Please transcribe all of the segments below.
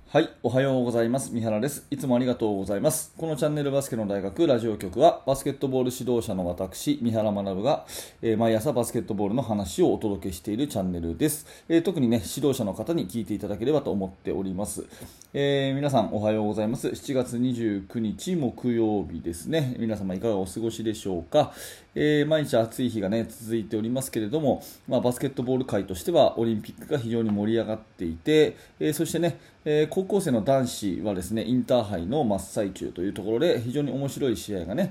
はい、おはようございます。三原です。いつもありがとうございます。このチャンネルバスケの大学ラジオ局は、バスケットボール指導者の私、三原学が、毎朝バスケットボールの話をお届けしているチャンネルです。特にね、指導者の方に聞いていただければと思っております。皆さんおはようございます。7月29日木曜日ですね。皆様いかがお過ごしでしょうか。毎日暑い日がね、続いておりますけれども、バスケットボール界としてはオリンピックが非常に盛り上がっていて、そしてね、高校生の男子はですねインターハイの真っ最中というところで非常に面白い試合がね、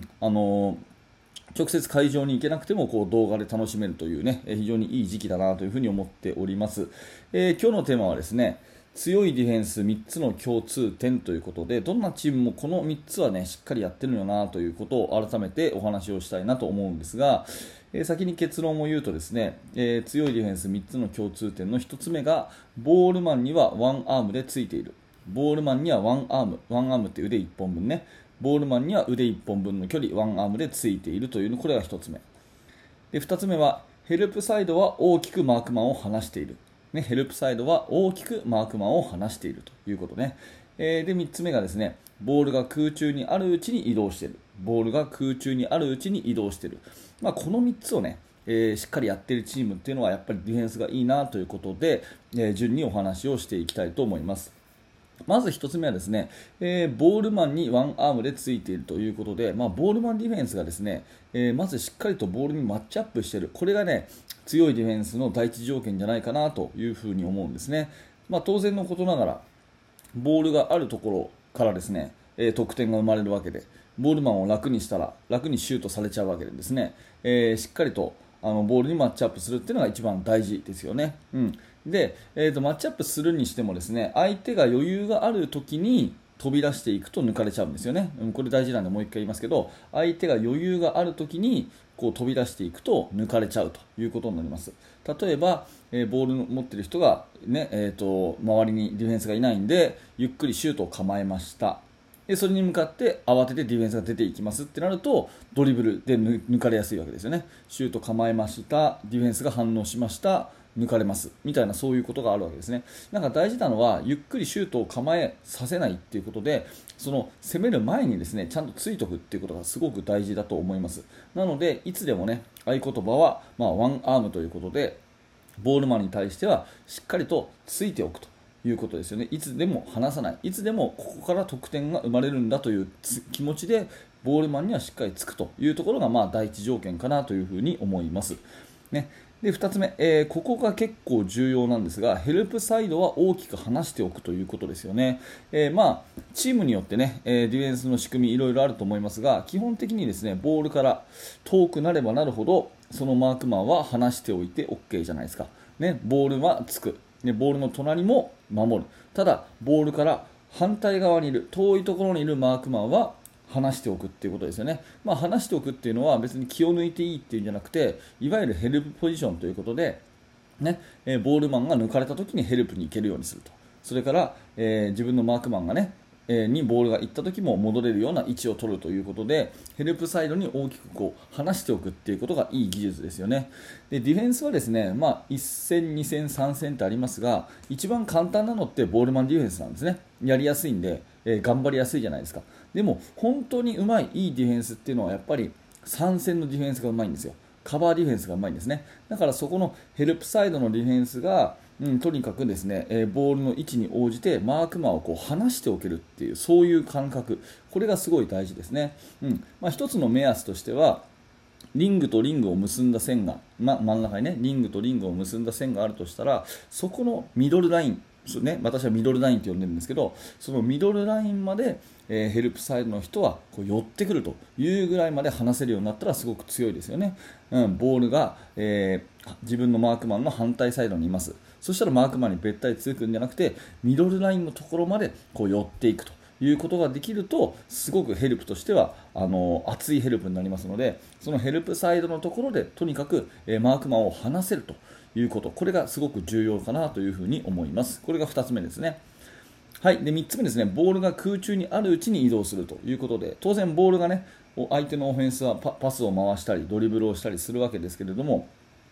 直接会場に行けなくてもこう動画で楽しめるというね非常にいい時期だなというふうに思っております。今日のテーマはですね強いディフェンス3つの共通点ということで、どんなチームもこの3つはねしっかりやってるよなということを改めてお話をしたいなと思うんですが、先に結論を言うとですね、強いディフェンス3つの共通点の1つ目がボールマンにはワンアームでついている。ボールマンにはワンアームって腕1本分ね、ボールマンには腕1本分の距離ワンアームでついているというの、これが1つ目で、2つ目はヘルプサイドは大きくマークマンを離している、ヘルプサイドは大きくマークマンを離しているということね。で3つ目がですねボールが空中にあるうちに移動している。ボールが空中にあるうちに移動している、この3つをね、しっかりやっているチームっていうのはやっぱりディフェンスがいいなということで、順にお話をしていきたいと思います。まず1つ目はですね、ボールマンにワンアームでついているということで、ボールマンディフェンスがですね、まずしっかりとボールにマッチアップしている。これがね強いディフェンスの第一条件じゃないかなというふうに思うんですね。当然のことながらボールがあるところからですね、得点が生まれるわけで、ボールマンを楽にしたら楽にシュートされちゃうわけでですね、しっかりとボールにマッチアップするっていうのが一番大事ですよね。で、マッチアップするにしてもですね、相手が余裕がある時に飛び出していくと抜かれちゃうんですよね。これ大事なんでもう一回言いますけど、相手が余裕がある時にこう飛び出していくと抜かれちゃうということになります。例えば、ボールを持っている人が、ね周りにディフェンスがいないんでゆっくりシュートを構えました。でそれに向かって慌ててディフェンスが出ていきますってなるとドリブルで抜かれやすいわけですよね。シュート構えました、ディフェンスが反応しました、抜かれますみたいな、そういうことがあるわけですね。なんか大事なのはゆっくりシュートを構えさせないっていうことで、その攻める前にですねちゃんとついておくっていうことがすごく大事だと思います。なのでいつでもね合言葉は、ワンアームということで、ボールマンに対してはしっかりとついておくということですよね。いつでも離さない、いつでもここから得点が生まれるんだという気持ちでボールマンにはしっかりつくというところが第一条件かなというふうに思います、で2つ目、ここが結構重要なんですが、ヘルプサイドは大きく離しておくということですよね。チームによってね、ディフェンスの仕組みいろいろあると思いますが、基本的にですねボールから遠くなればなるほどそのマークマンは離しておいて OK じゃないですか、ボールはつく、ボールの隣も守る。ただボールから反対側にいる遠いところにいるマークマンは離しておくっていうことですよね。離しておくっていうのは別に気を抜いていいっていうんじゃなくて、いわゆるヘルプポジションということで、ボールマンが抜かれた時にヘルプに行けるようにすると。それから、自分のマークマンがねにボールが行った時も戻れるような位置を取るということで、ヘルプサイドに大きくこう離しておくっていうことがいい技術ですよね。でディフェンスはですね、1戦2戦3戦ってありますが、一番簡単なのってボールマンディフェンスなんですね。やりやすいんで、頑張りやすいじゃないですか。でも本当にうまいいいディフェンスっていうのはやっぱり3戦のディフェンスがうまいんですよ。カバーディフェンスがうまいんですね。だからそこのヘルプサイドのディフェンスがとにかくですね、ボールの位置に応じてマークマンをこう離しておけるっていう、そういう感覚、これがすごい大事ですね。一つの目安としては、リングとリングを結んだ線が、真ん中にねリングとリングを結んだ線があるとしたら、そこのミドルライン、私はミドルラインと呼んでるんですけど、そのミドルラインまで、ヘルプサイドの人はこう寄ってくるというぐらいまで離せるようになったらすごく強いですよね。ボールが、自分のマークマンの反対サイドにいます。そしたらマークマンにべったりつくんじゃなくて、ミドルラインのところまでこう寄っていくということができると、すごくヘルプとしては熱いヘルプになりますので、そのヘルプサイドのところでとにかく、マークマンを離せるということ、これがすごく重要かなというふうに思います。これが2つ目ですね。はい、で3つ目ですね、ボールが空中にあるうちに移動するということで、当然ボールがね相手のオフェンスはパスを回したりドリブルをしたりするわけですけれども、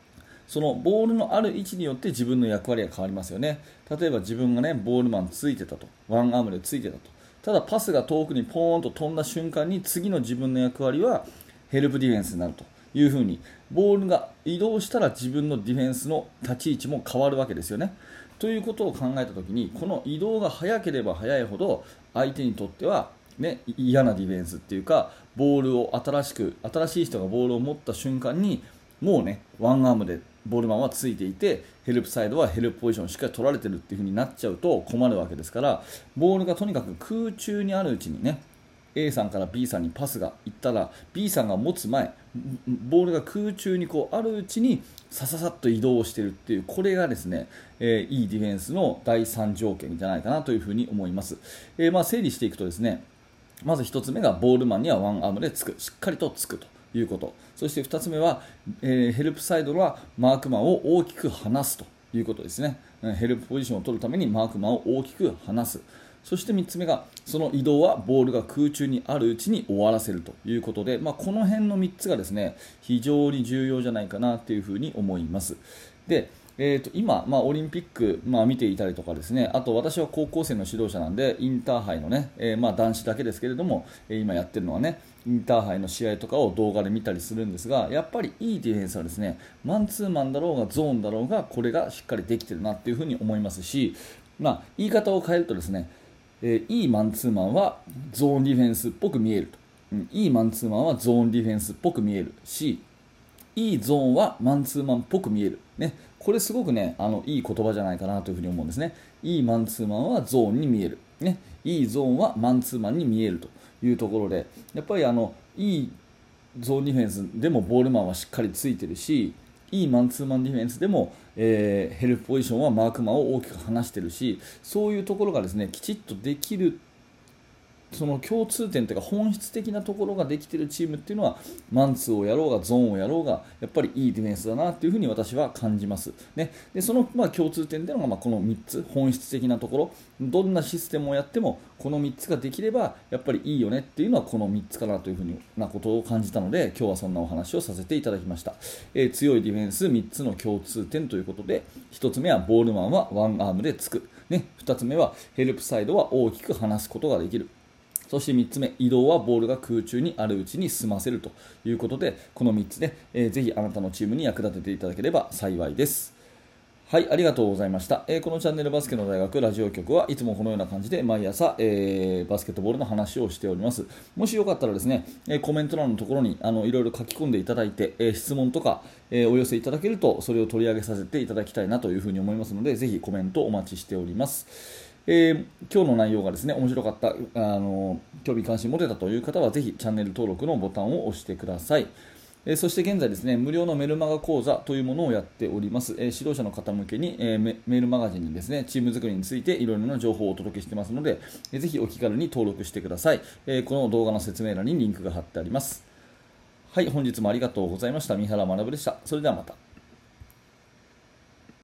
そのボールのある位置によって自分の役割が変わりますよね。例えば自分がね、ボールマンついてたと、ワンアームでついてたと。ただパスが遠くにポーンと飛んだ瞬間に次の自分の役割はヘルプディフェンスになるというふうに、ボールが移動したら自分のディフェンスの立ち位置も変わるわけですよね。ということを考えたときに、この移動が速ければ速いほど相手にとっては、ね、嫌なディフェンスっていうか、ボールを新しい人がボールを持った瞬間にもうね、ワンアームでボールマンはついていて、ヘルプサイドはヘルプポジションをしっかり取られているっていう風になっちゃうと困るわけですから、ボールがとにかく空中にあるうちにね、A さんから B さんにパスが行ったら B さんが持つ前、ボールが空中にあるうちにさささっと移動しているっていう、これがですね、いいディフェンスの第3条件じゃないかなというふうに思います。整理していくとですね、まず1つ目がボールマンにはワンアームでつく、しっかりとつくということ。そして2つ目は、ヘルプサイドはマークマンを大きく離すということですね。ヘルプポジションを取るためにマークマンを大きく離す。そして3つ目が、その移動はボールが空中にあるうちに終わらせるということで、この辺の3つがですね、非常に重要じゃないかなというふうに思います。で、今、オリンピック、見ていたりとかですね、あと私は高校生の指導者なんで、インターハイのね、男子だけですけれども、今やってるのはね、インターハイの試合とかを動画で見たりするんですが、やっぱりいいディフェンスはですね、マンツーマンだろうがゾーンだろうが、これがしっかりできてるなっていうふうに思いますし、言い方を変えるとですね、いいマンツーマンはゾーンディフェンスっぽく見えると、いいマンツーマンはゾーンディフェンスっぽく見えるし、いいゾーンはマンツーマンっぽく見える、ね、これすごくね、いい言葉じゃないかなというふうに思うんですね。いいマンツーマンはゾーンに見える、ね、いいゾーンはマンツーマンに見えるというところで、やっぱりいいゾーンディフェンスでもボールマンはしっかりついてるし、いいマンツーマンディフェンスでも、ヘルプポジションはマークマンを大きく離しているし、そういうところがですね、きちっとできる、その共通点というか本質的なところができているチームっていうのは、マンツーをやろうがゾーンをやろうがやっぱりいいディフェンスだなというふうに私は感じます、ね、でその共通点というのがこの3つ、本質的なところ、どんなシステムをやってもこの3つができればやっぱりいいよねっていうのはこの3つかなというふうなことを感じたので、今日はそんなお話をさせていただきました。強いディフェンス3つの共通点ということで、1つ目はボールマンはワンアームでつく、ね、2つ目はヘルプサイドは大きく離すことができる、そして3つ目、移動はボールが空中にあるうちに済ませるということで、この3つで、ぜひあなたのチームに役立てていただければ幸いです。はい、ありがとうございました。このチャンネルバスケの大学ラジオ局はいつもこのような感じで毎朝、バスケットボールの話をしております。もしよかったらですね、コメント欄のところにいろいろ書き込んでいただいて、質問とか、お寄せいただけるとそれを取り上げさせていただきたいなというふうに思いますので、ぜひコメントお待ちしております。今日の内容がですね、面白かった、興味関心持てたという方はぜひチャンネル登録のボタンを押してください。そして現在ですね、無料のメルマガ講座というものをやっております。指導者の方向けに、メールマガジンにですね、チーム作りについていろいろな情報をお届けしていますので、ぜひお気軽に登録してください。この動画の説明欄にリンクが貼ってあります。はい、本日もありがとうございました。三原学でした。それではまた。